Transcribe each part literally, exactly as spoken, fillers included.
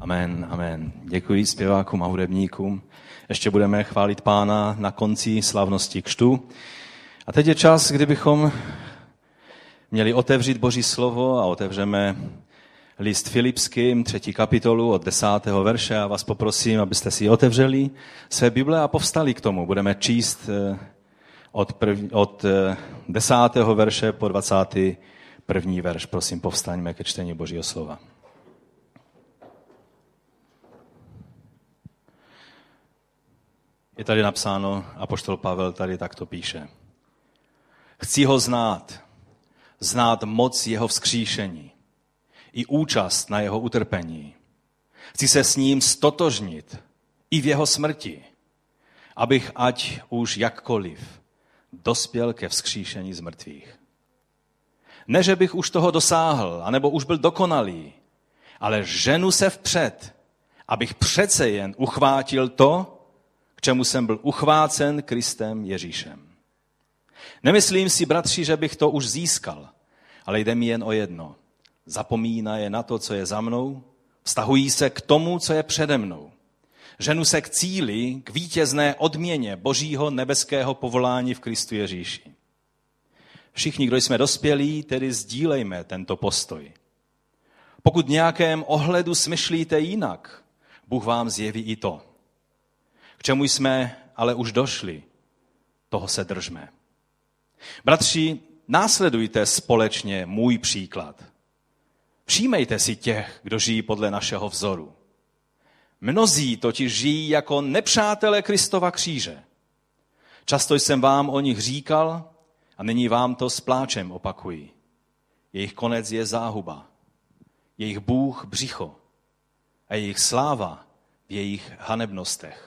Amen, amen. Děkuji zpěvákům a hudebníkům. Ještě budeme chválit Pána na konci slavnosti křtu. A teď je čas, kdybychom měli otevřít Boží slovo a otevřeme list Filipským, třetí kapitolu od desátého verše a vás poprosím, abyste si otevřeli své Bible a povstali k tomu. Budeme číst od, prv, od desátého verše po dvacátý první verš. Prosím, povstaňme ke čtení Božího slova. Je tady napsáno, apoštol Pavel tady takto píše. Chci ho znát, znát moc jeho vzkříšení i účast na jeho utrpení. Chci se s ním stotožnit i v jeho smrti, abych ať už jakkoliv dospěl ke vzkříšení z mrtvých. Ne, že bych už toho dosáhl, anebo už byl dokonalý, ale ženu se vpřed, abych přece jen uchvátil to, k čemu jsem byl uchvácen Kristem Ježíšem. Nemyslím si, bratři, že bych to už získal, ale jde mi jen o jedno. Zapomínaje na to, co je za mnou, vztahují se k tomu, co je přede mnou. Ženu se k cíli, k vítězné odměně Božího nebeského povolání v Kristu Ježíši. Všichni, kdo jsme dospělí, tedy sdílejme tento postoj. Pokud v nějakém ohledu smýšlíte jinak, Bůh vám zjeví i to. K čemu jsme ale už došli, toho se držme. Bratři, následujte společně můj příklad. Všímejte si těch, kdo žijí podle našeho vzoru. Mnozí totiž žijí jako nepřátelé Kristova kříže. Často jsem vám o nich říkal a nyní vám to s pláčem opakuji. Jejich konec je záhuba, jejich Bůh břicho a jejich sláva v jejich hanebnostech.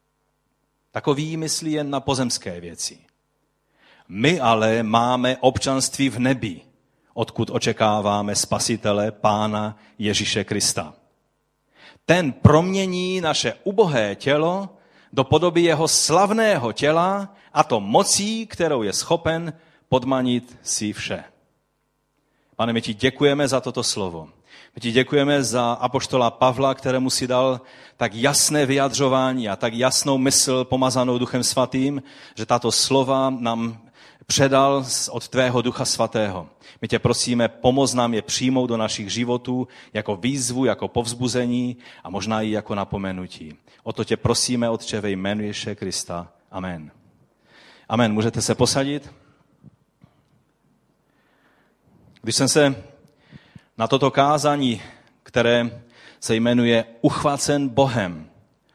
Takový myslí jen na pozemské věci. My ale máme občanství v nebi, odkud očekáváme Spasitele, Pána Ježíše Krista. Ten promění naše ubohé tělo do podoby jeho slavného těla, a to mocí, kterou je schopen podmanit si vše. Pane, my ti děkujeme za toto slovo. My ti děkujeme za apoštola Pavla, kterému si dal tak jasné vyjadřování a tak jasnou mysl pomazanou Duchem Svatým, že tato slova nám předal od tvého Ducha Svatého. My tě prosíme, pomoz nám je přijmout do našich životů jako výzvu, jako povzbuzení a možná i jako napomenutí. O to tě prosíme, Otče, ve jménu Ježíše Krista. Amen. Amen. Můžete se posadit? Když jsem se na toto kázání, které se jmenuje Uchvácen Bohem,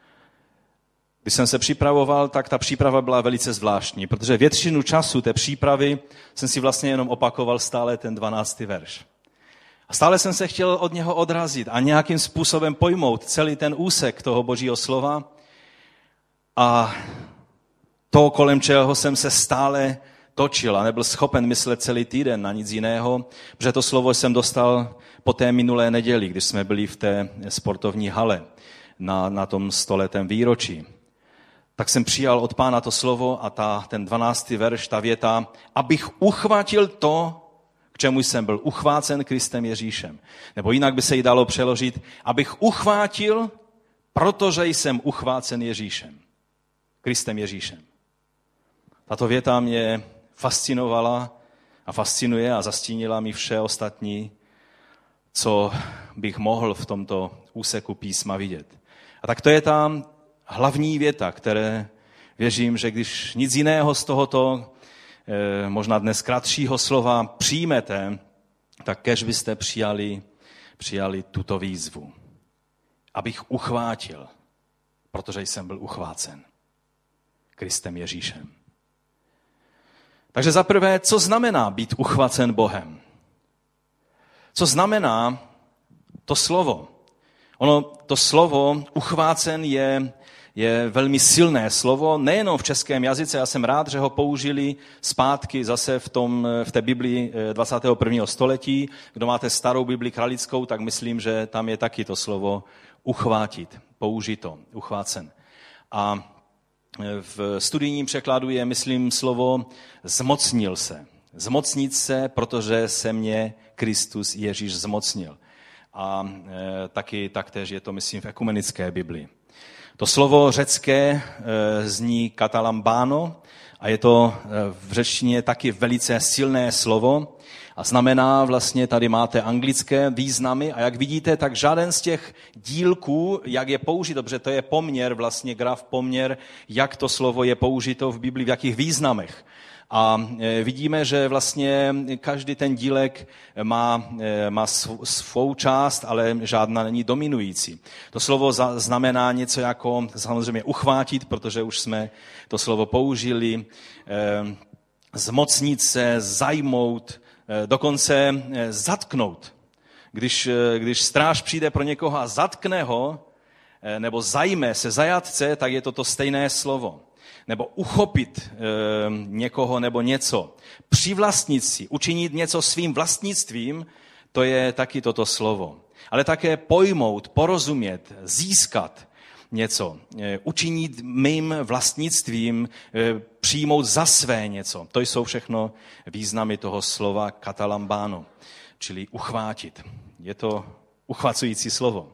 když jsem se připravoval, tak ta příprava byla velice zvláštní, protože většinu času té přípravy jsem si vlastně jenom opakoval stále ten dvanáctý verš. A stále jsem se chtěl od něho odrazit a nějakým způsobem pojmout celý ten úsek toho Božího slova a to, kolem čeho jsem se stále točil a nebyl schopen myslet celý týden na nic jiného, protože to slovo jsem dostal po té minulé neděli, když jsme byli v té sportovní hale na, na tom stoletém výročí. Tak jsem přijal od Pána to slovo a ta, ten dvanáctý verš, ta věta, abych uchvátil to, k čemu jsem byl uchvácen Kristem Ježíšem. Nebo jinak by se jí dalo přeložit, abych uchvátil, protože jsem uchvácen Ježíšem. Kristem Ježíšem. Tato věta mě fascinovala a fascinuje a zastínila mi vše ostatní, co bych mohl v tomto úseku písma vidět. A tak to je ta hlavní věta, které věřím, že když nic jiného z tohoto, možná dnes kratšího slova přijmete, tak kéž byste přijali, přijali tuto výzvu. Abych uchvátil, protože jsem byl uchvácen Kristem Ježíšem. Takže za prvé, co znamená být uchvácen Bohem? Co znamená to slovo? Ono, to slovo uchvácen je, je velmi silné slovo, nejenom v českém jazyce, já jsem rád, že ho použili zpátky zase v, tom, v té Biblii dvacátého prvního století. Kdo máte starou Bibli kralickou, tak myslím, že tam je taky to slovo uchvátit, použito, uchvácen. A v studijním překladu je, myslím, slovo zmocnil se. Zmocnit se, protože se mě Kristus Ježíš zmocnil. a e, taky taktéž je to, myslím, v ekumenické Biblii. To slovo řecké e, zní katalambano a je to e, v řečtině taky velice silné slovo a znamená vlastně, tady máte anglické významy a jak vidíte, tak žádný z těch dílků, jak je použito, protože to je poměr, vlastně graf poměr, jak to slovo je použito v Biblii, v jakých významech. A vidíme, že vlastně každý ten dílek má, má svou část, ale žádná není dominující. To slovo znamená něco jako samozřejmě uchvátit, protože už jsme to slovo použili, zmocnit se, zajmout, dokonce zatknout. Když, když stráž přijde pro někoho a zatkne ho, nebo zajme se zajatce, tak je to to stejné slovo. Nebo uchopit e, někoho nebo něco. Přivlastnit si, učinit něco svým vlastnictvím, to je taky toto slovo. Ale také pojmout, porozumět, získat něco. E, učinit mým vlastnictvím, e, přijmout za své něco. To jsou všechno významy toho slova katalambano, čili uchvátit. Je to uchvacující slovo.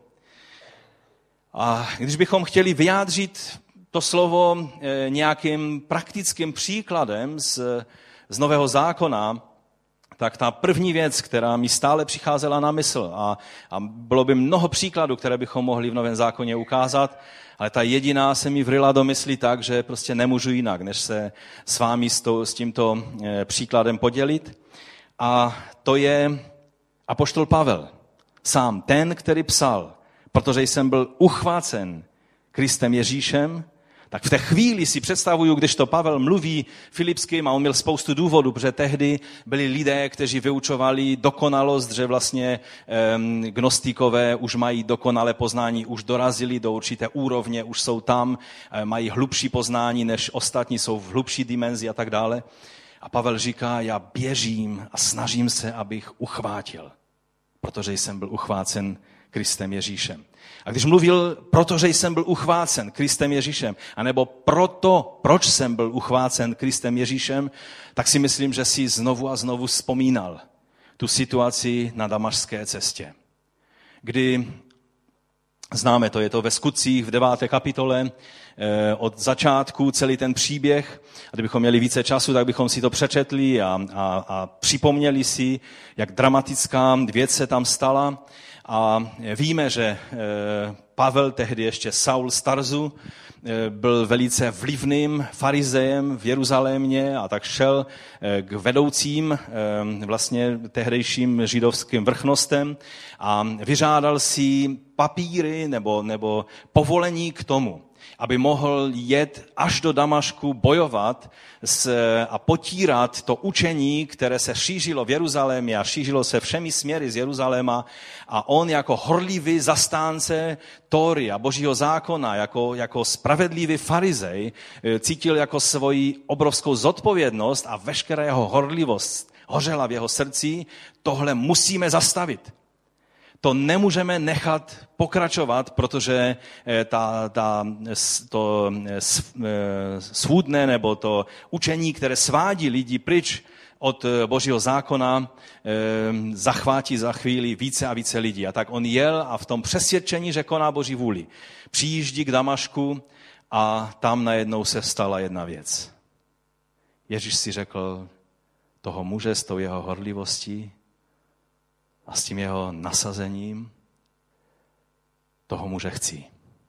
A když bychom chtěli vyjádřit to slovo nějakým praktickým příkladem z, z Nového zákona, tak ta první věc, která mi stále přicházela na mysl, a, a bylo by mnoho příkladů, které bychom mohli v Novém zákoně ukázat, ale ta jediná se mi vryla do mysli tak, že prostě nemůžu jinak, než se s vámi s, to, s tímto příkladem podělit. A to je apoštol Pavel, sám ten, který psal, protože jsem byl uchvácen Kristem Ježíšem, tak v té chvíli si představuju, když to Pavel mluví Filipským a on měl spoustu důvodů, protože tehdy byli lidé, kteří vyučovali dokonalost, že vlastně um, gnostikové už mají dokonalé poznání, už dorazili do určité úrovně, už jsou tam, mají hlubší poznání než ostatní, jsou v hlubší dimenzi a tak dále. A Pavel říká, já běžím a snažím se, abych uchvátil, protože jsem byl uchvácen Kristem Ježíšem. A když mluvil, protože jsem byl uchvácen Kristem Ježíšem, anebo proto, proč jsem byl uchvácen Kristem Ježíšem, tak si myslím, že si znovu a znovu vzpomínal tu situaci na Damašské cestě. Kdy, známe to, je to ve Skutcích v deváté kapitole, od začátku celý ten příběh. A kdybychom měli více času, tak bychom si to přečetli a, a, a připomněli si, jak dramatická věc se tam stala. A víme, že Pavel, tehdy ještě Saul z Tarzu, byl velice vlivným farizejem v Jeruzalémě a tak šel k vedoucím vlastně tehdejším židovským vrchnostem a vyžádal si papíry nebo, nebo povolení k tomu, aby mohl jet až do Damašku bojovat s, a potírat to učení, které se šířilo v Jeruzalémě a šířilo se všemi směry z Jeruzaléma. A on jako horlivý zastánce Tóry a Božího zákona, jako, jako spravedlivý farizej, cítil jako svoji obrovskou zodpovědnost a veškerá jeho horlivost hořela v jeho srdci. Tohle musíme zastavit. To nemůžeme nechat pokračovat, protože ta, ta, to svůdné nebo to učení, které svádí lidi pryč od Božího zákona, zachvátí za chvíli více a více lidí. A tak on jel a v tom přesvědčení, že koná Boží vůli, přijíždí k Damašku a tam najednou se stala jedna věc. Ježíš si řekl, toho muže s tou jeho horlivostí a s tím jeho nasazením, toho muže chci.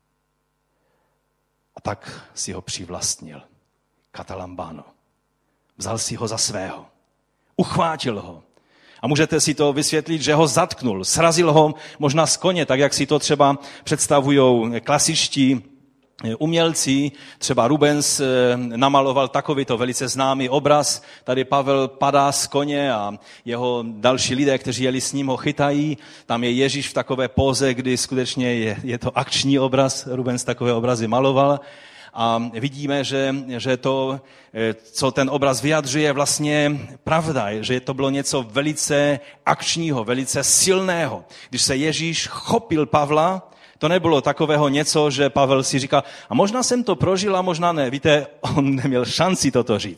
A tak si ho přivlastnil. Katalambano. Vzal si ho za svého. Uchvátil ho. A můžete si to vysvětlit, že ho zatknul. Srazil ho možná z koně, tak jak si to třeba představují klasičtí umělci. Třeba Rubens namaloval takovýto velice známý obraz. Tady Pavel padá z koně a jeho další lidé, kteří jeli s ním, ho chytají. Tam je Ježíš v takové póze, kdy skutečně je, je to akční obraz. Rubens takové obrazy maloval. A vidíme, že, že to, co ten obraz vyjadřuje, je vlastně pravda, že to bylo něco velice akčního, velice silného. Když se Ježíš chopil Pavla, to nebylo takového něco, že Pavel si říkal, a možná jsem to prožil, a možná ne. Víte, on neměl šanci toto říct.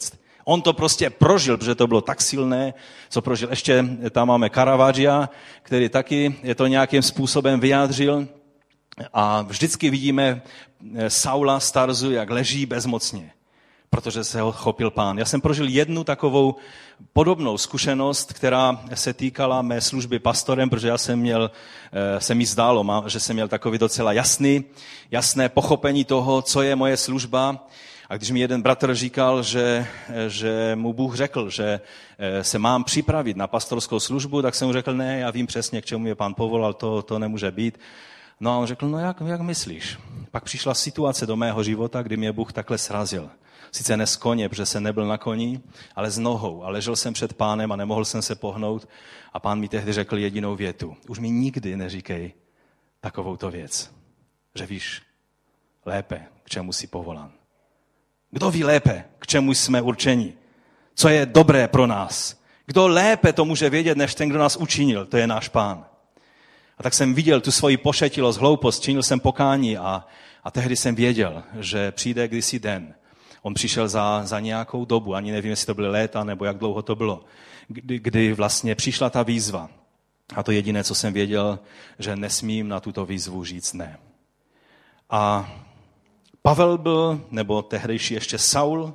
On to prostě prožil, protože to bylo tak silné, co prožil. Ještě tam máme Caravaggia, který taky je to nějakým způsobem vyjádřil. A vždycky vidíme Saula z Tarzu, jak leží bezmocně, protože se ho chopil Pán. Já jsem prožil jednu takovou podobnou zkušenost, která se týkala mé služby pastorem, protože já jsem měl, se mi zdálo, že jsem měl takový docela jasný, jasné pochopení toho, co je moje služba. A když mi jeden bratr říkal, že, že mu Bůh řekl, že se mám připravit na pastorskou službu, tak jsem mu řekl, ne, já vím přesně, k čemu mě Pán povolal, to, to nemůže být. No a on řekl, no jak, jak myslíš? Pak přišla situace do mého života, kdy mě Bůh takhle srazil. Sice ne z koně, protože jsem nebyl na koni, ale s nohou. A ležel jsem před Pánem a nemohl jsem se pohnout. A Pán mi tehdy řekl jedinou větu. Už mi nikdy neříkej takovouto věc. Že víš lépe, k čemu jsi povolán. Kdo ví lépe, k čemu jsme určeni? Co je dobré pro nás? Kdo lépe to může vědět, než ten, kdo nás učinil? To je náš Pán. A tak jsem viděl tu svoji pošetilost, hloupost, činil jsem pokání a, a tehdy jsem věděl, že přijde kdysi den. On přišel za, za nějakou dobu, ani nevím, jestli to byly léta, nebo jak dlouho to bylo, kdy, kdy vlastně přišla ta výzva. A to jediné, co jsem věděl, že nesmím na tuto výzvu říct ne. A Pavel byl, nebo tehdejší ještě Saul,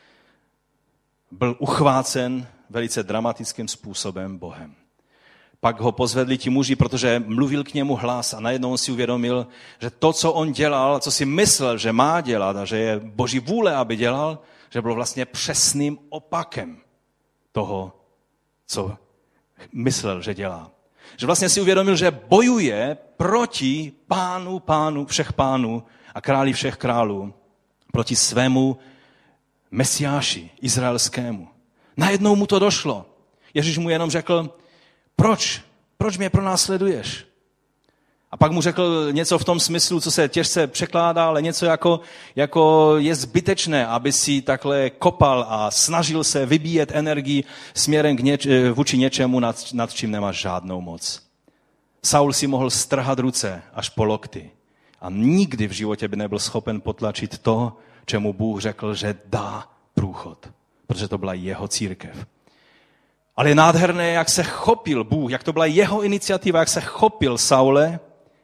byl uchvácen velice dramatickým způsobem Bohem. Pak ho pozvedli ti muži, protože mluvil k němu hlas a najednou on si uvědomil, že to, co on dělal, co si myslel, že má dělat a že je Boží vůle, aby dělal, že bylo vlastně přesným opakem toho, co myslel, že dělá. Že vlastně si uvědomil, že bojuje proti pánu, pánu všech pánů a králi všech králů, proti svému mesiáši izraelskému. Najednou mu to došlo. Ježíš mu jenom řekl, proč? Proč mě pronásleduješ? A pak mu řekl něco v tom smyslu, co se těžce překládá, ale něco jako, jako je zbytečné, aby si takhle kopal a snažil se vybíjet energii směrem k něč, vůči něčemu, nad, nad čím nemáš žádnou moc. Saul si mohl strhat ruce až po lokty a nikdy v životě by nebyl schopen potlačit to, čemu Bůh řekl, že dá průchod, protože to byla jeho církev. Ale je nádherné, jak se chopil Bůh, jak to byla jeho iniciativa, jak se chopil Saule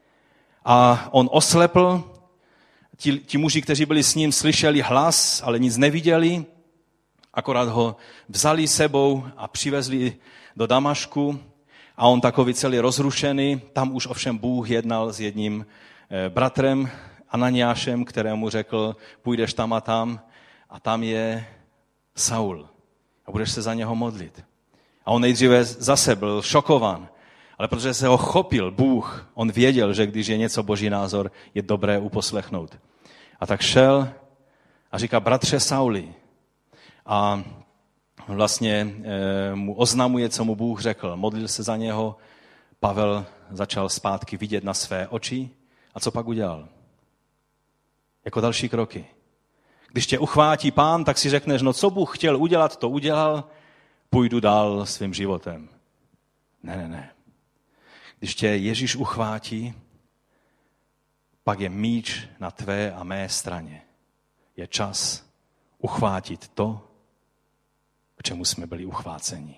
a on oslepl. Ti, ti muži, kteří byli s ním, slyšeli hlas, ale nic neviděli. Akorát ho vzali sebou a přivezli do Damašku a on takový celý rozrušený. Tam už ovšem Bůh jednal s jedním bratrem Ananiášem, kterému řekl, půjdeš tam a tam a tam je Saul a budeš se za něho modlit. A on nejdříve zase byl šokovan, ale protože se ho chopil Bůh, on věděl, že když je něco Boží názor, je dobré uposlechnout. A tak šel a říká, bratře Sauli, a vlastně e, mu oznamuje, co mu Bůh řekl. Modlil se za něho, Pavel začal zpátky vidět na své oči. A co pak udělal? Jako další kroky. Když tě uchvátí Pán, tak si řekneš, no co Bůh chtěl udělat, to udělal, půjdu dál svým životem. Ne, ne, ne. Když tě Ježíš uchvátí, pak je míč na tvé a mé straně. Je čas uchvátit to, k čemu jsme byli uchváceni.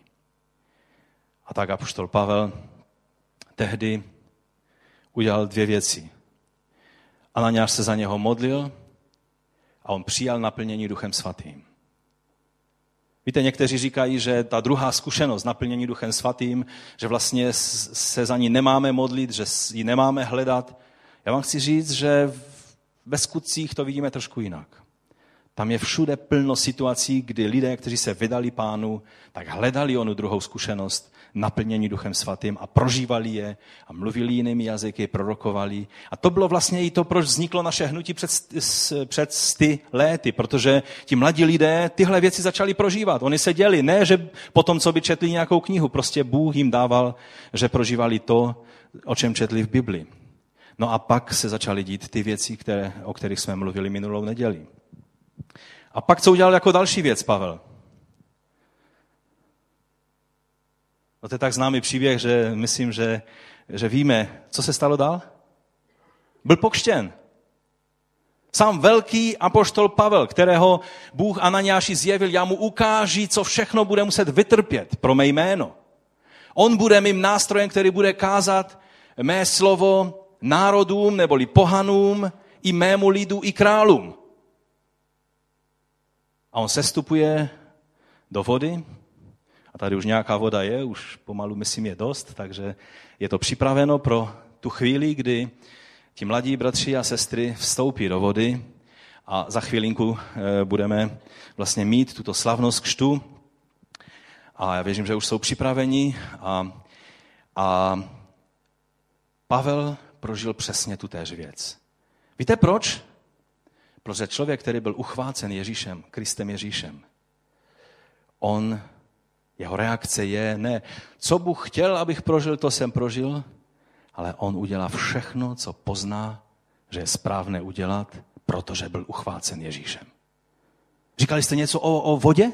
A tak apoštol Pavel tehdy udělal dvě věci. Ananiáš se za něho modlil a on přijal naplnění Duchem Svatým. Víte, někteří říkají, že ta druhá zkušenost naplnění Duchem Svatým, že vlastně se za ní nemáme modlit, že ji nemáme hledat. Já vám chci říct, že ve skutcích to vidíme trošku jinak. Tam je všude plno situací, kdy lidé, kteří se vydali Pánu, tak hledali onu druhou zkušenost, naplnění Duchem Svatým a prožívali je a mluvili jinými jazyky, prorokovali. A to bylo vlastně i to, proč vzniklo naše hnutí před, před sty léty, protože ti mladí lidé tyhle věci začali prožívat. Oni se děli, ne, že potom, co by četli nějakou knihu, prostě Bůh jim dával, že prožívali to, o čem četli v Bibli. No a pak se začaly dít ty věci, které, o kterých jsme mluvili minulou neděli. A pak co udělal jako další věc Pavel? No to je tak známý příběh, že myslím, že, že víme, co se stalo dál. Byl pokřtěn. Sám velký apoštol Pavel, kterého Bůh Ananiáši zjevil, já mu ukáži, co všechno bude muset vytrpět pro mé jméno. On bude mým nástrojem, který bude kázat mé slovo národům, neboli pohanům, i mému lidu, i králům. A on sestupuje do vody, a tady už nějaká voda je, už pomalu myslím je dost, takže je to připraveno pro tu chvíli, kdy ti mladí bratři a sestry vstoupí do vody a za chvilinku budeme vlastně mít tuto slavnost křtu. A já věřím, že už jsou připraveni. A, a Pavel prožil přesně tu též věc. Víte proč? Protože člověk, který byl uchvácen Ježíšem, Kristem Ježíšem, on, jeho reakce je ne, co Bůh chtěl, abych prožil, to jsem prožil, ale on udělá všechno, co pozná, že je správné udělat, protože byl uchvácen Ježíšem. Říkali jste něco o, o vodě?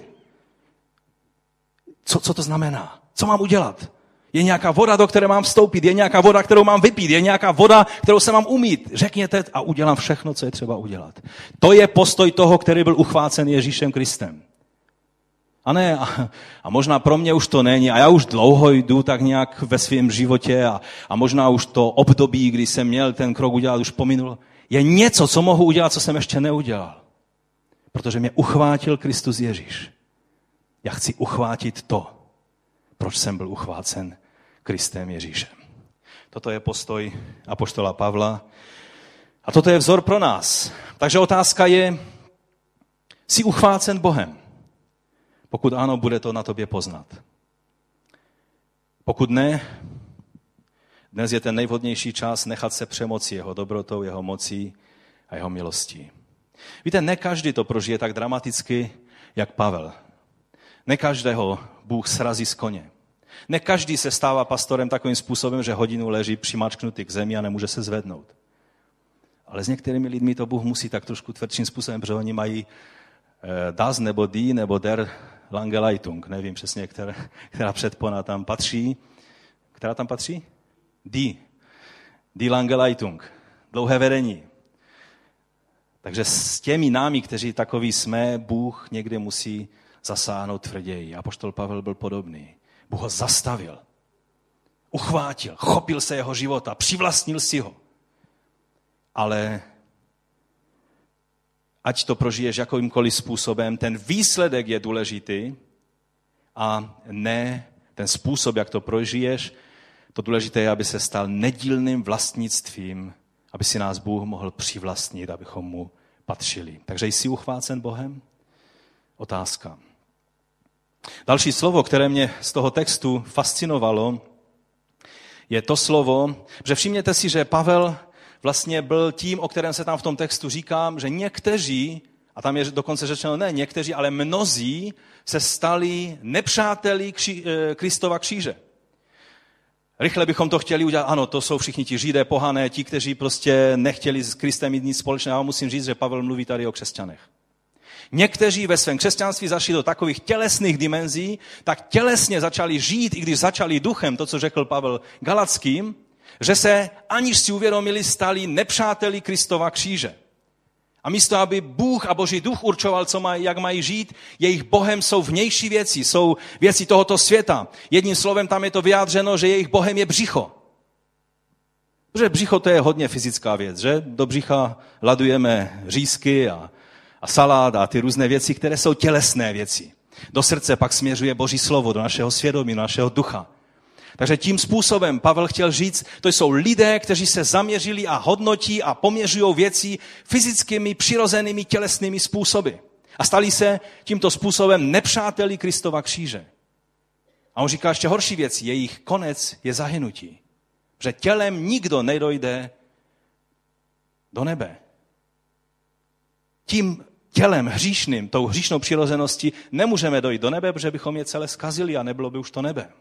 Co, co to znamená? Co mám udělat? Je nějaká voda, do které mám vstoupit? Je nějaká voda, kterou mám vypít? Je nějaká voda, kterou se mám umýt? Řekněte a udělám všechno, co je třeba udělat. To je postoj toho, který byl uchvácen Ježíšem Kristem. A ne, a, a možná pro mě už to není, a já už dlouho jdu tak nějak ve svém životě a, a možná už to období, kdy jsem měl ten krok udělat, už pominulo. Je něco, co mohu udělat, co jsem ještě neudělal. Protože mě uchvátil Kristus Ježíš. Já chci uchvátit to, proč jsem byl uchvácen Kristem Ježíšem. Toto je postoj apoštola Pavla a toto je vzor pro nás. Takže otázka je, jsi uchvácen Bohem? Pokud ano, bude to na tobě poznat. Pokud ne, dnes je ten nejvhodnější čas nechat se přemoci jeho dobrotou, jeho mocí a jeho milostí. Víte, ne každý to prožije tak dramaticky, jak Pavel. Ne každého Bůh srazí z koně. Ne každý se stává pastorem takovým způsobem, že hodinu leží přimáčknutý k zemi a nemůže se zvednout. Ale s některými lidmi to Bůh musí tak trošku tvrdším způsobem, protože oni mají das nebo die nebo der lange Leitung. Nevím přesně, která, která předpona tam patří. Která tam patří? Die. Die lange Leitung. Dlouhé vedení. Takže s těmi námi, kteří takový jsme, Bůh někde musí zasáhnout tvrději. Apoštol Pavel byl podobný. Bůh ho zastavil. Uchvátil. Chopil se jeho života. Přivlastnil si ho. Ale ať to prožiješ jakýmkoliv způsobem, ten výsledek je důležitý a ne ten způsob, jak to prožiješ. To důležité je, aby se stal nedílným vlastnictvím, aby si nás Bůh mohl přivlastnit, abychom mu patřili. Takže jsi uchvácen Bohem? Otázka. Další slovo, které mě z toho textu fascinovalo, je to slovo, že všimněte si, že Pavel vlastně byl tím, o kterém se tam v tom textu říká, že někteří, a tam je dokonce řečeno ne někteří, ale mnozí se stali nepřáteli kří, Kristova kříže. Rychle bychom to chtěli udělat, ano, to jsou všichni ti Židé, pohané, ti, kteří prostě nechtěli s Kristem mít nic společného. Já musím říct, že Pavel mluví tady o křesťanech. Někteří ve svém křesťanství zašli do takových tělesných dimenzí, tak tělesně začali žít, i když začali duchem, to, co řekl Pavel Galackým, že se, aniž si uvědomili, stali nepřáteli Kristova kříže. A místo, aby Bůh a Boží duch určoval, co mají, jak mají žít, jejich Bohem jsou vnější věci, jsou věci tohoto světa. Jedním slovem tam je to vyjádřeno, že jejich Bohem je břicho. Protože břicho to je hodně fyzická věc, že? Do břicha ladujeme řízky a, a salát a ty různé věci, které jsou tělesné věci. Do srdce pak směřuje Boží slovo, do našeho svědomí, do našeho ducha. Takže tím způsobem Pavel chtěl říct, to jsou lidé, kteří se zaměřili a hodnotí a poměřují věci fyzickými, přirozenými, tělesnými způsoby. A stali se tímto způsobem nepřáteli Kristova kříže. A on říká ještě horší věc, jejich konec je zahynutí. Že tělem nikdo nedojde do nebe. Tím tělem hříšným, tou hříšnou přirozeností nemůžeme dojít do nebe, protože bychom je celé zkazili a nebylo by už to nebe.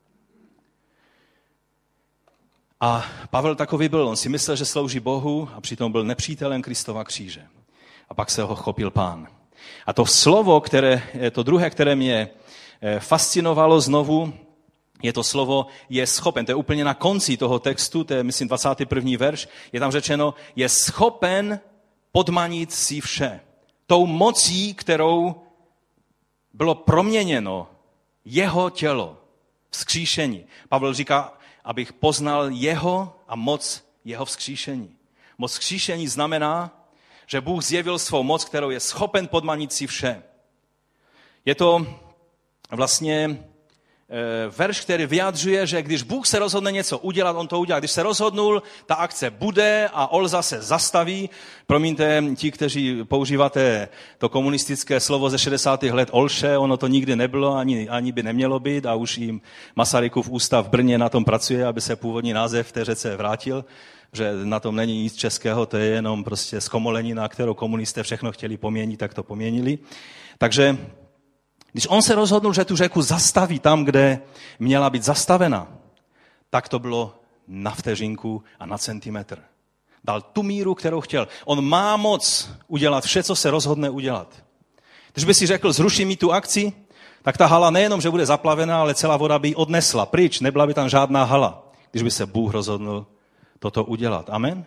A Pavel takový byl, on si myslel, že slouží Bohu a přitom byl nepřítelem Kristova kříže. A pak se ho chopil Pán. A to slovo, které, to druhé, které mě fascinovalo znovu, je to slovo je schopen. To je úplně na konci toho textu, to je myslím dvacátý první verš, je tam řečeno, je schopen podmanit si vše. Tou mocí, kterou bylo proměněno jeho tělo, vzkříšení. Pavel říká, abych poznal jeho a moc jeho vzkříšení. Moc vzkříšení znamená, že Bůh zjevil svou moc, kterou je schopen podmanit si vše. Je to vlastně verš, který vyjadřuje, že když Bůh se rozhodne něco udělat, on to udělá. Když se rozhodnul, ta akce bude a Olza se zastaví. Promiňte, ti, kteří používáte to komunistické slovo ze šedesátých let Olše, ono to nikdy nebylo, ani, ani by nemělo být a už jim Masarykův ústav v Brně na tom pracuje, aby se původní název té řece vrátil, že na tom není nic českého, to je jenom prostě zkomolenina, kterou komunisté všechno chtěli poměnit, tak to poměnili. Takže když on se rozhodnul, že tu řeku zastaví tam, kde měla být zastavena, tak to bylo na vteřinku a na centimetr. Dal tu míru, kterou chtěl. On má moc udělat vše, co se rozhodne udělat. Když by si řekl, zruší mi tu akci, tak ta hala nejenom, že bude zaplavená, ale celá voda by ji odnesla pryč, nebyla by tam žádná hala, když by se Bůh rozhodnul toto udělat. Amen?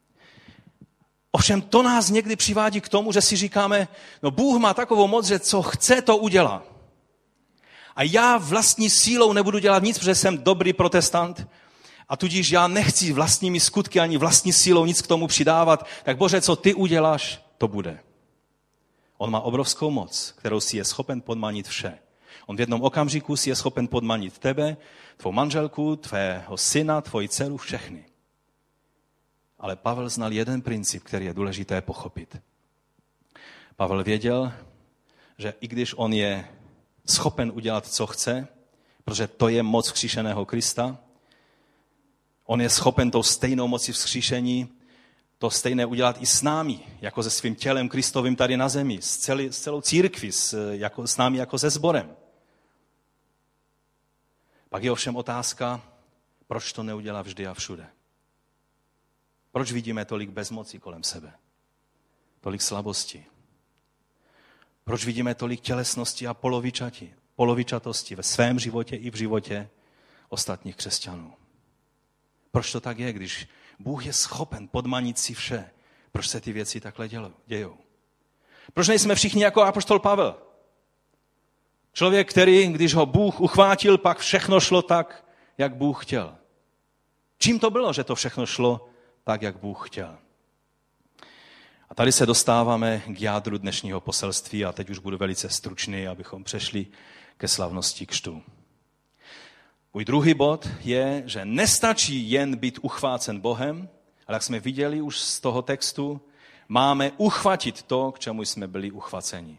Ovšem to nás někdy přivádí k tomu, že si říkáme, no Bůh má takovou moc, že co chce, to udělá. A já vlastní sílou nebudu dělat nic, protože jsem dobrý protestant a tudíž já nechci vlastními skutky ani vlastní sílou nic k tomu přidávat, tak Bože, co ty uděláš, to bude. On má obrovskou moc, kterou si je schopen podmanit vše. On v jednom okamžiku si je schopen podmanit tebe, tvou manželku, tvého syna, tvoji dceru, všechny. Ale Pavel znal jeden princip, který je důležité pochopit. Pavel věděl, že i když on je schopen udělat, co chce, protože to je moc vzkříšeného Krista, on je schopen tou stejnou mocí vzkříšení to stejné udělat i s námi, jako se svým tělem Kristovým tady na zemi, s, celý, s celou církví, s, jako, s námi jako se sborem. Pak je ovšem otázka, proč to neudělá vždy a všude. Proč vidíme tolik bezmocí kolem sebe? Tolik slabosti? Proč vidíme tolik tělesnosti a polovičati, polovičatosti ve svém životě i v životě ostatních křesťanů? Proč to tak je, když Bůh je schopen podmanit si vše? Proč se ty věci takhle dějou? Proč nejsme všichni jako apoštol Pavel? Člověk, který, když ho Bůh uchvátil, pak všechno šlo tak, jak Bůh chtěl. Čím to bylo, že to všechno šlo tak, jak Bůh chtěl? A tady se dostáváme k jádru dnešního poselství a teď už budu velice stručný, abychom přešli ke slavnosti křtu. Můj druhý bod je, že nestačí jen být uchvácen Bohem, ale jak jsme viděli už z toho textu, máme uchvatit to, k čemu jsme byli uchvaceni.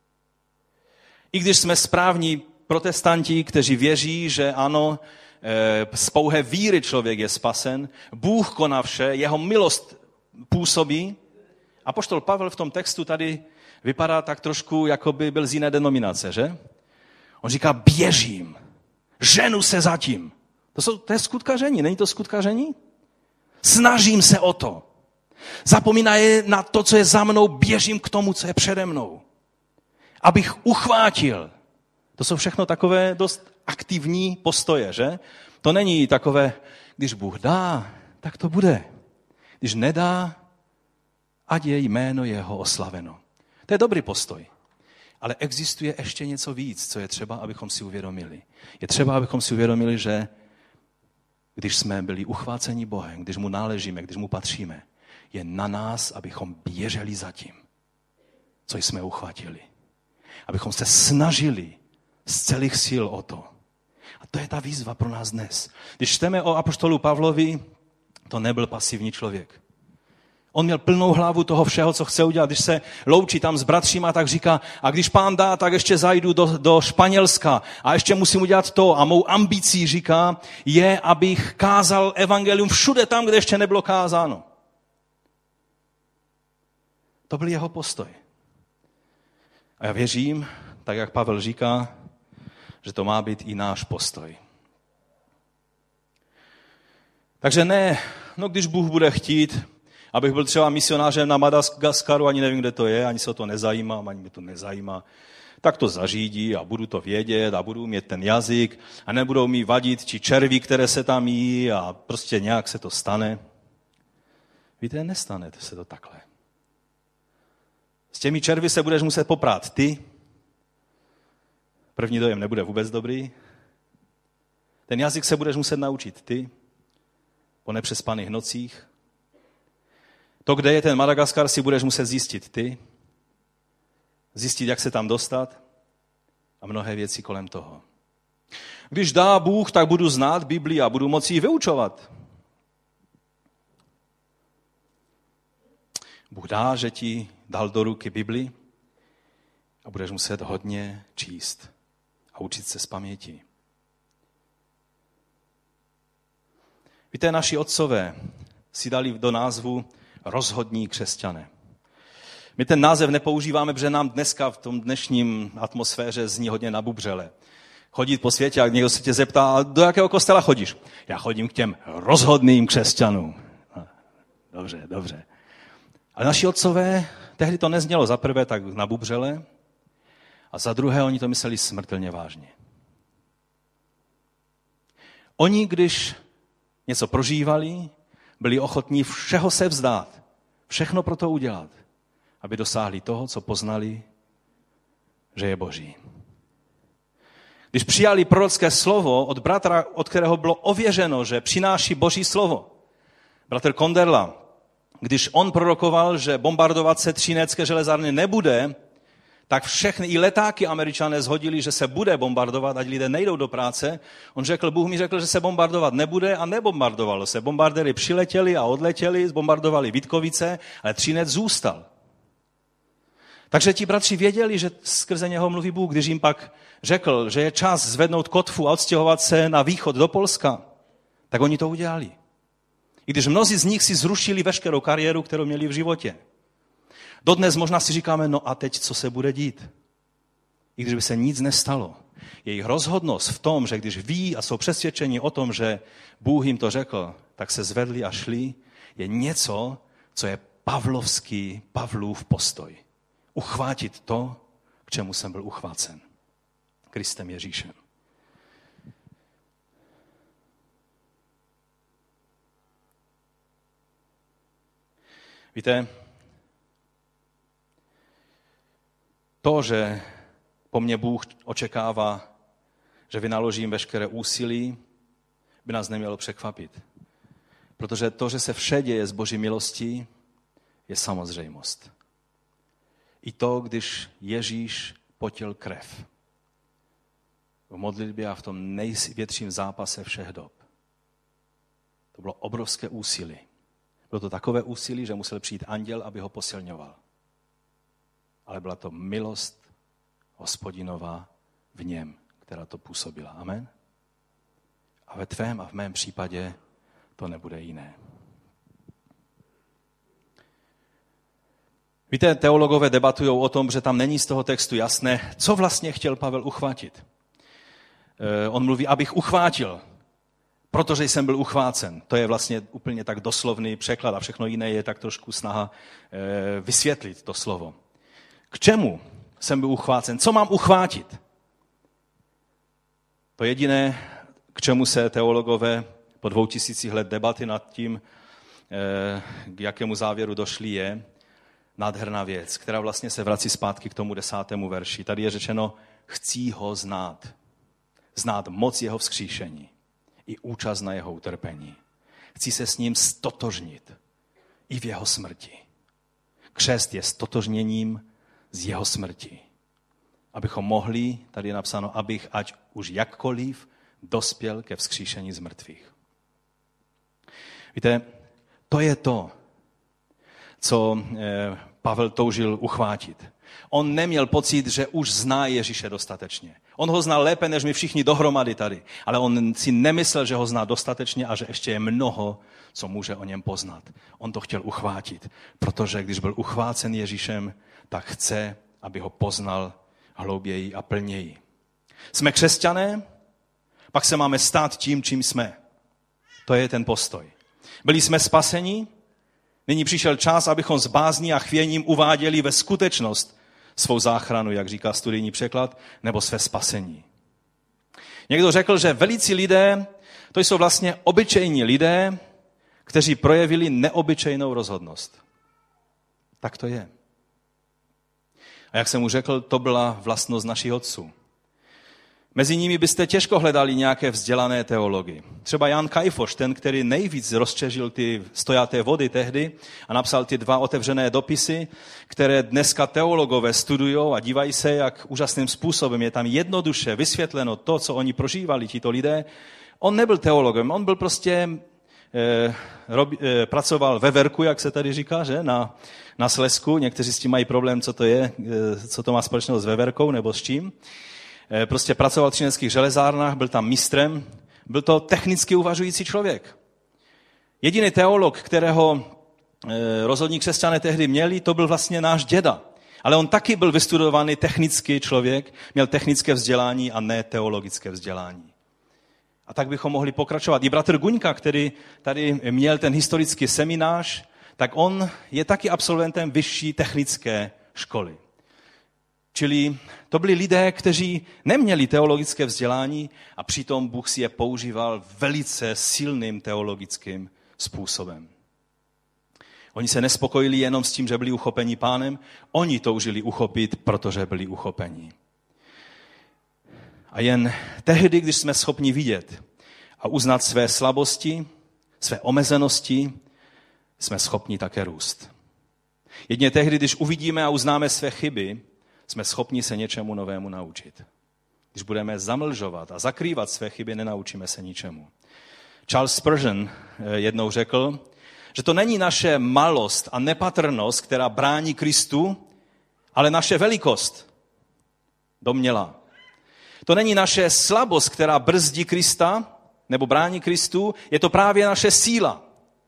I když jsme správní protestanti, kteří věří, že ano, z pouhé víry člověk je spasen, Bůh koná vše, jeho milost působí. Apoštol Pavel v tom textu tady vypadá tak trošku, jako by byl z jiné denominace, že? On říká, běžím, ženu se zatím. To, jsou, to je skutkaření, není to skutkaření? Snažím se o to. Zapomínají na to, co je za mnou, běžím k tomu, co je přede mnou. Abych uchvátil. To jsou všechno takové dost aktivní postoje, že? To není takové, když Bůh dá, tak to bude. Když nedá, ať je jméno jeho oslaveno. To je dobrý postoj. Ale existuje ještě něco víc, co je třeba, abychom si uvědomili. Je třeba, abychom si uvědomili, že když jsme byli uchváceni Bohem, když mu náležíme, když mu patříme, je na nás, abychom běželi za tím, co jsme uchvátili. Abychom se snažili z celých sil o to. A to je ta výzva pro nás dnes. Když čteme o apoštolu Pavlovi, to nebyl pasivní člověk. On měl plnou hlavu toho všeho, co chce udělat. Když se loučí tam s bratříma, tak říká, a když Pán dá, tak ještě zajdu do, do Španělska a ještě musím udělat to. A mou ambicí, říká, je, abych kázal evangelium všude tam, kde ještě nebylo kázáno. To byl jeho postoj. A já věřím, tak jak Pavel říká, že to má být i náš postoj. Takže ne, no když Bůh bude chtít, abych byl třeba misionářem na Madagaskaru, ani nevím, kde to je, ani se o to nezajímám, ani mě to nezajímá, tak to zařídí a budu to vědět a budu mít ten jazyk a nebudou mi vadit či červí, které se tam jí a prostě nějak se to stane. Víte, nestane se to takhle. těmi červy se budeš muset poprat ty. První dojem nebude vůbec dobrý. Ten jazyk se budeš muset naučit ty. Po nepřespaných nocích. To, kde je ten Madagaskar, si budeš muset zjistit ty. Zjistit, jak se tam dostat. A mnohé věci kolem toho. Když dá Bůh, tak budu znát Biblii a budu moci ji vyučovat. Bůh dá, že ti dal do ruky Bibli a budeš muset hodně číst a učit se z paměti. Víte, naši otcové si dali do názvu rozhodní křesťané. My ten název nepoužíváme, protože nám dneska v tom dnešním atmosféře zní hodně nabubřele. Chodit po světě a někdo se tě zeptá, a do jakého kostela chodíš? Já chodím k těm rozhodným křesťanům. Dobře, dobře. Ale naši otcové, tehdy to neznělo za prvé tak nabubřele a za druhé oni to mysleli smrtelně vážně. Oni, když něco prožívali, byli ochotní všeho se vzdát, všechno pro to udělat, aby dosáhli toho, co poznali, že je Boží. Když přijali prorocké slovo od bratra, od kterého bylo ověřeno, že přináší Boží slovo, bratr Konderla, když on prorokoval, že bombardovat se Třinecké železárny nebude, tak všechny i letáky Američané zhodili, že se bude bombardovat, ať lidé nejdou do práce. On řekl, Bůh mi řekl, že se bombardovat nebude a nebombardovalo se. Bombardéry přiletěli a odletěli, zbombardovali Vítkovice, ale Třinec zůstal. Takže ti bratři věděli, že skrze něho mluví Bůh, když jim pak řekl, že je čas zvednout kotvu a odstěhovat se na východ do Polska, tak oni to udělali. I když mnozí z nich si zrušili veškerou kariéru, kterou měli v životě. Dodnes možná si říkáme, no a teď co se bude dít? I když by se nic nestalo. Jejich rozhodnost v tom, že když ví a jsou přesvědčeni o tom, že Bůh jim to řekl, tak se zvedli a šli, je něco, co je pavlovský, Pavlův postoj. Uchvátit to, k čemu jsem byl uchvácen. Kristem Ježíšem. Víte, to, že po mně Bůh očekává, že vynaložím veškeré úsilí, by nás nemělo překvapit. Protože to, že se vše děje z Boží milostí, je samozřejmost. I to, když Ježíš potil krev v modlitbě a v tom největším zápase všech dob. To bylo obrovské úsilí. Bylo to takové úsilí, že musel přijít anděl, aby ho posilňoval. Ale byla to milost Hospodinová v něm, která to působila. Amen? A ve tvém a v mém případě to nebude jiné. Víte, teologové debatují o tom, že tam není z toho textu jasné, co vlastně chtěl Pavel uchvátit. On mluví, abych uchvátil, protože jsem byl uchvácen. To je vlastně úplně tak doslovný překlad a všechno jiné je tak trošku snaha vysvětlit to slovo. K čemu jsem byl uchvácen? Co mám uchvátit? To jediné, k čemu se teologové po dvou tisících let debaty nad tím, k jakému závěru došli, je nádherná věc, která vlastně se vrací zpátky k tomu desátému verši. Tady je řečeno, chci ho znát. Znát moc jeho vzkříšení i účast na jeho utrpení. Chci se s ním stotožnit i v jeho smrti. Křest je stotožněním z jeho smrti. Abychom mohli, tady je napsáno, abych ať už jakkoliv dospěl ke vzkříšení z mrtvých. Víte, to je to, co Pavel toužil uchvátit. On neměl pocit, že už zná Ježíše dostatečně. On ho znal lépe, než my všichni dohromady tady. Ale on si nemyslel, že ho zná dostatečně a že ještě je mnoho, co může o něm poznat. On to chtěl uchvátit, protože když byl uchvácen Ježíšem, tak chce, aby ho poznal hlouběji a plněji. Jsme křesťané, pak se máme stát tím, čím jsme. To je ten postoj. Byli jsme spaseni, nyní přišel čas, abychom s bázní a chvěním uváděli ve skutečnost svou záchranu, jak říká studijní překlad, nebo své spasení. Někdo řekl, že velící lidé, to jsou vlastně obyčejní lidé, kteří projevili neobyčejnou rozhodnost. Tak to je. A jak jsem mu řekl, to byla vlastnost našich otců. Mezi nimi byste těžko hledali nějaké vzdělané teology. Třeba Jan Kajfoš, ten, který nejvíc rozčežil ty stojaté vody tehdy a napsal ty dva otevřené dopisy, které dneska teologové studují a dívají se, jak úžasným způsobem je tam jednoduše vysvětleno to, co oni prožívali, tito lidé. On nebyl teologem, on byl prostě, eh, rob, eh, pracoval ve Verku, jak se tady říká, že, na, na Slezsku. Někteří s tím mají problém, co to je, eh, co to má společného s Veverkou nebo s čím. Prostě pracoval v třineckých železárnách, byl tam mistrem, byl to technicky uvažující člověk. Jediný teolog, kterého rozhodní křesťané tehdy měli, to byl vlastně náš děda. Ale on taky byl vystudovaný technický člověk, měl technické vzdělání a ne teologické vzdělání. A tak bychom mohli pokračovat. I bratr Guňka, který tady měl ten historický seminář, tak on je taky absolventem vyšší technické školy. Čili to byli lidé, kteří neměli teologické vzdělání a přitom Bůh si je používal velice silným teologickým způsobem. Oni se nespokojili jenom s tím, že byli uchopeni Pánem, oni toužili uchopit, protože byli uchopeni. A jen tehdy, když jsme schopni vidět a uznat své slabosti, své omezenosti, jsme schopni také růst. Jedině tehdy, když uvidíme a uznáme své chyby, jsme schopni se něčemu novému naučit. Když budeme zamlžovat a zakrývat své chyby, nenaučíme se ničemu. Charles Spurgeon jednou řekl, že to není naše malost a nepatrnost, která brání Kristu, ale naše velikost. Domněla. To není naše slabost, která brzdí Krista, nebo brání Kristu, je to právě naše síla.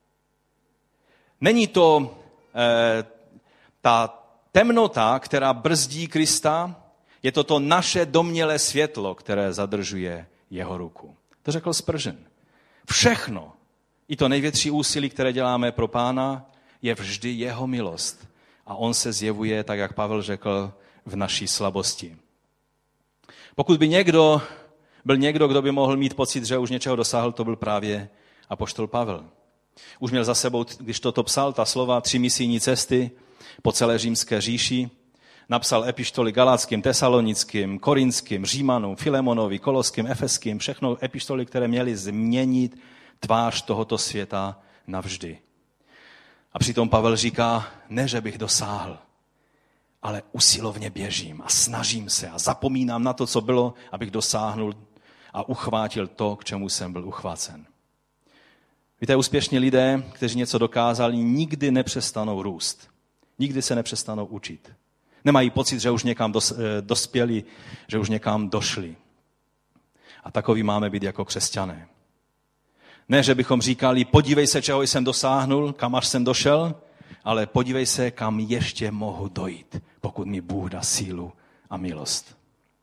Není to eh, ta temnota, která brzdí Krista, je to to naše domnělé světlo, které zadržuje jeho ruku. To řekl Spurgeon. Všechno, i to největší úsilí, které děláme pro Pána, je vždy jeho milost. A on se zjevuje, tak jak Pavel řekl, v naší slabosti. Pokud by někdo byl někdo, kdo by mohl mít pocit, že už něčeho dosáhl, to byl právě apoštol Pavel. Už měl za sebou, když toto psal, ta slova, tři misijní cesty po celé římské říši, napsal epištoly Galackým, Tesalonickým, Korinským, Římanům, Filemonovi, Koloským, Efeským, všechno epištoly, které měly změnit tvář tohoto světa navždy. A přitom Pavel říká, ne, že bych dosáhl, ale usilovně běžím a snažím se a zapomínám na to, co bylo, abych dosáhnul a uchvátil to, k čemu jsem byl uchvácen. Víte, úspěšní lidé, kteří něco dokázali, nikdy nepřestanou růst. Nikdy se nepřestanou učit. Nemají pocit, že už někam dos, dospěli, že už někam došli. A takový máme být jako křesťané. Ne, že bychom říkali, podívej se, čeho jsem dosáhnul, kam až jsem došel, ale podívej se, kam ještě mohu dojít, pokud mi Bůh dá sílu a milost.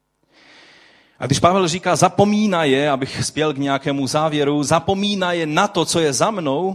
A když Pavel říká, zapomínaje, abych spěl k nějakému závěru, zapomínaje na to, co je za mnou,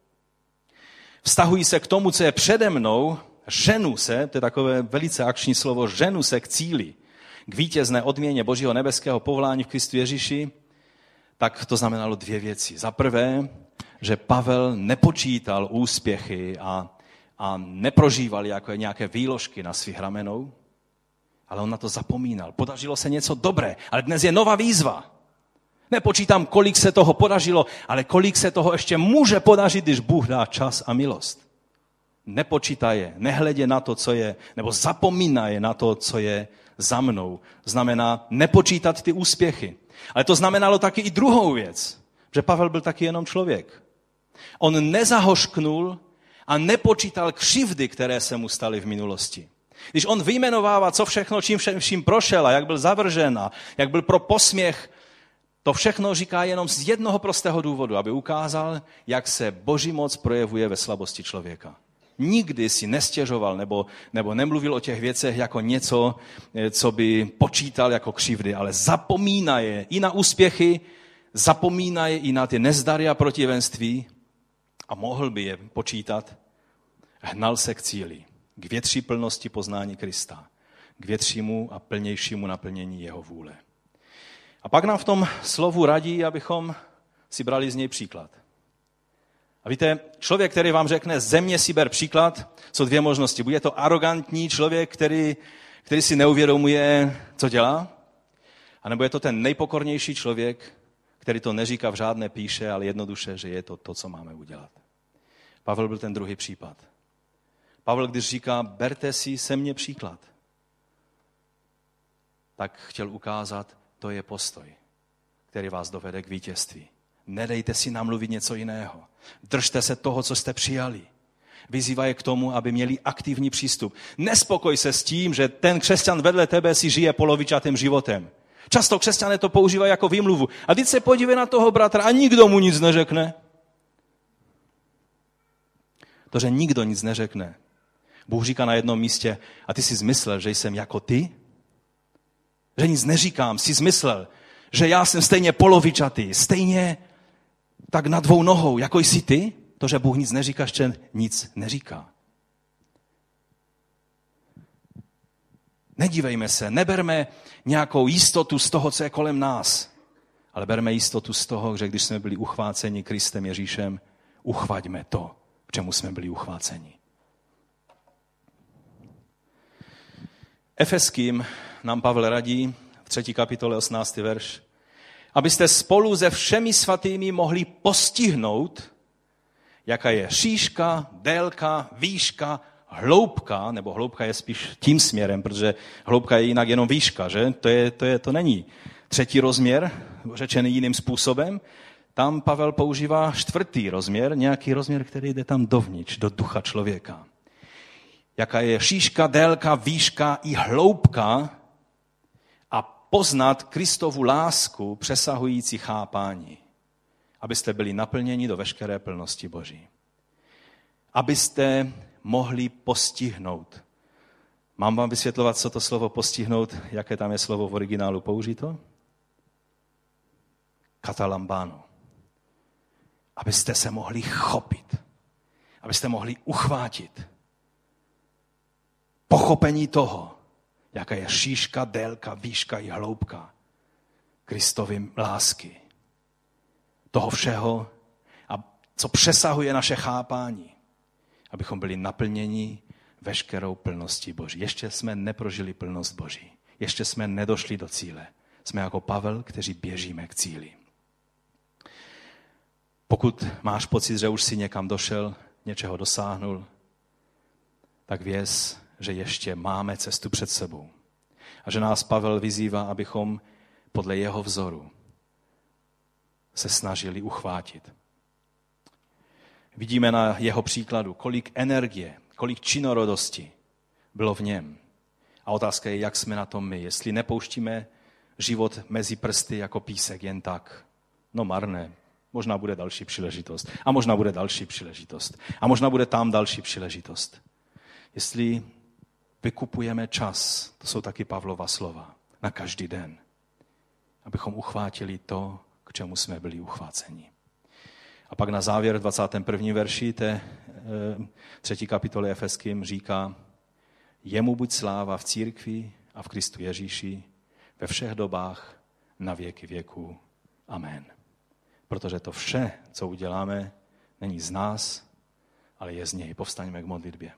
vztahují se k tomu, co je přede mnou, ženu se, to je takové velice akční slovo, ženu se k cíli, k vítězné odměně Božího nebeského povolání v Kristu Ježíši, tak to znamenalo dvě věci. Za prvé, že Pavel nepočítal úspěchy a, a neprožíval jako nějaké výložky na svých ramenou, ale on na to zapomínal. Podařilo se něco dobré, ale dnes je nová výzva. Nepočítám, kolik se toho podařilo, ale kolik se toho ještě může podařit, když Bůh dá čas a milost. Nepočítaje, nehledě na to, co je, nebo zapomínaje na to, co je za mnou. Znamená nepočítat ty úspěchy. Ale to znamenalo taky i druhou věc, že Pavel byl taky jenom člověk. On nezahošknul a nepočítal křivdy, které se mu staly v minulosti. Když on vyjmenovává, co všechno, čím vším prošel a jak byl zavržen a jak byl pro posměch, to všechno říká jenom z jednoho prostého důvodu, aby ukázal, jak se Boží moc projevuje ve slabosti člověka. Nikdy si nestěžoval nebo, nebo nemluvil o těch věcech jako něco, co by počítal jako křivdy, ale zapomínaje i na úspěchy, zapomínaje i na ty nezdary a protivenství a mohl by je počítat. Hnal se k cíli, k větší plnosti poznání Krista, k většímu a plnějšímu naplnění jeho vůle. A pak nám v tom slovu radí, abychom si brali z něj příklad. A víte, člověk, který vám řekne, ze mě si ber příklad, jsou dvě možnosti. Bude to arrogantní člověk, který, který si neuvědomuje, co dělá? A nebo je to ten nejpokornější člověk, který to neříká v žádné píše, ale jednoduše, že je to to, co máme udělat. Pavel byl ten druhý případ. Pavel, když říká, berte si se mně příklad, tak chtěl ukázat, to je postoj, který vás dovede k vítězství. Nedejte si namluvit něco jiného. Držte se toho, co jste přijali. Vyzývá je k tomu, aby měli aktivní přístup. Nespokoj se s tím, že ten křesťan vedle tebe si žije polovičatým životem. Často křesťané to používají jako výmluvu. A teď se podívej na toho bratra a nikdo mu nic neřekne. To, že nikdo nic neřekne. Bůh říká na jednom místě, a ty jsi zmyslel, že jsem jako ty? Že nic neříkám, jsi zmyslel, že já jsem stejně polovičatý, stejně tak na dvou nohou, jako jsi ty? To, že Bůh nic neříká, ještě nic neříká. Nedívejme se, neberme nějakou jistotu z toho, co je kolem nás, ale berme jistotu z toho, že když jsme byli uchváceni Kristem Ježíšem, uchvaťme to, k čemu jsme byli uchváceni. Efeským nám Pavel radí v třetí kapitole osmnáctý verš, abyste spolu se všemi svatými mohli postihnout, jaká je šířka, délka, výška, hloubka, nebo hloubka je spíš tím směrem, protože hloubka je jinak jenom výška, že? To, je, to, je, to není třetí rozměr, řečený jiným způsobem. Tam Pavel používá čtvrtý rozměr, nějaký rozměr, který jde tam dovnitř, do ducha člověka. Jaká je šířka, délka, výška i hloubka a poznat Kristovu lásku přesahující chápání, abyste byli naplněni do veškeré plnosti Boží. Abyste mohli postihnout. Mám vám vysvětlovat, co to slovo postihnout, jaké tam je slovo v originálu použito? Katalambano. Abyste se mohli chopit. Abyste mohli uchvátit. Pochopení toho, jaká je šířka, délka, výška i hloubka Kristovy lásky. Toho všeho, a co přesahuje naše chápání, abychom byli naplněni veškerou plností Boží. Ještě jsme neprožili plnost Boží. Ještě jsme nedošli do cíle. Jsme jako Pavel, kteří běžíme k cíli. Pokud máš pocit, že už si někam došel, něčeho dosáhnul, tak věz, že ještě máme cestu před sebou. A že nás Pavel vyzývá, abychom podle jeho vzoru se snažili uchvátit. Vidíme na jeho příkladu, kolik energie, kolik činorodosti bylo v něm. A otázka je, jak jsme na tom my. Jestli nepouštíme život mezi prsty jako písek jen tak, no marné, možná bude další příležitost. A možná bude další příležitost. A možná bude tam další příležitost. Jestli vykupujeme čas, to jsou taky Pavlova slova, na každý den, abychom uchvátili to, k čemu jsme byli uchváceni. A pak na závěr v dvacátém prvním verši té e, třetí kapitoly Efeským říká, jemu buď sláva v církvi a v Kristu Ježíši ve všech dobách na věky věků. Amen. Protože to vše, co uděláme, není z nás, ale je z něj. Povstaňme k modlitbě.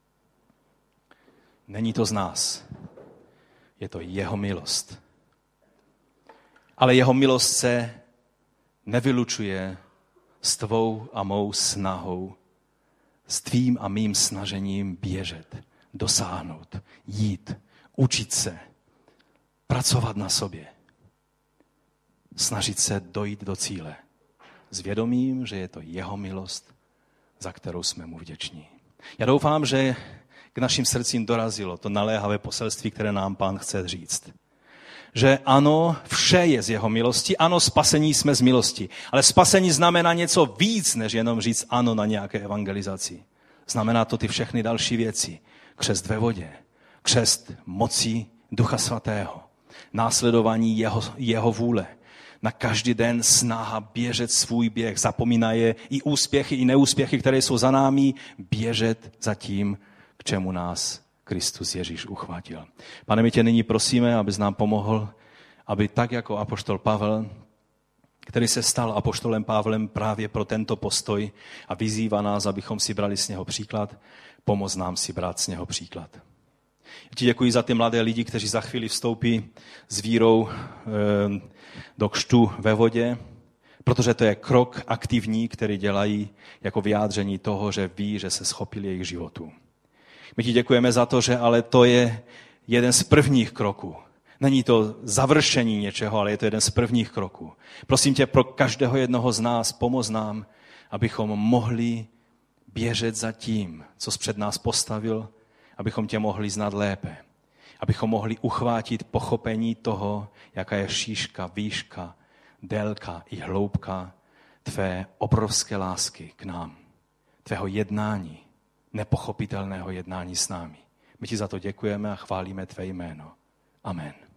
Není to z nás, je to jeho milost. Ale jeho milost se nevylučuje s tvou a mou snahou, s tvým a mým snažením běžet, dosáhnout, jít, učit se, pracovat na sobě, snažit se dojít do cíle s vědomím, že je to jeho milost, za kterou jsme mu vděční. Já doufám, že k našim srdcím dorazilo to naléhavé poselství, které nám Pán chce říct. Že ano, vše je z jeho milosti, ano, spasení jsme z milosti, ale spasení znamená něco víc, než jenom říct ano na nějaké evangelizaci. Znamená to ty všechny další věci. Křest ve vodě, křest mocí Ducha Svatého, následování jeho, jeho vůle, na každý den snaha běžet svůj běh, zapomínaje i úspěchy, i neúspěchy, které jsou za námi, běžet za tím, k čemu nás Kristus Ježíš uchvátil. Pane, my tě nyní prosíme, abys nám pomohl, aby tak jako apoštol Pavel, který se stal apoštolem Pavlem právě pro tento postoj a vyzývá nás, abychom si brali z něho příklad, pomoz nám si brát z něho příklad. Ti děkuji za ty mladé lidi, kteří za chvíli vstoupí s vírou do křtu ve vodě, protože to je krok aktivní, který dělají jako vyjádření toho, že ví, že se schopili jejich životů. My ti děkujeme za to, že ale to je jeden z prvních kroků. Není to završení něčeho, ale je to jeden z prvních kroků. Prosím tě, pro každého jednoho z nás pomoz nám, abychom mohli běžet za tím, co jsi před nás postavil, abychom tě mohli znát lépe. Abychom mohli uchvátit pochopení toho, jaká je šířka, výška, délka i hloubka tvé obrovské lásky k nám. Tvého jednání, nepochopitelného jednání s námi. My ti za to děkujeme a chválíme tvé jméno. Amen.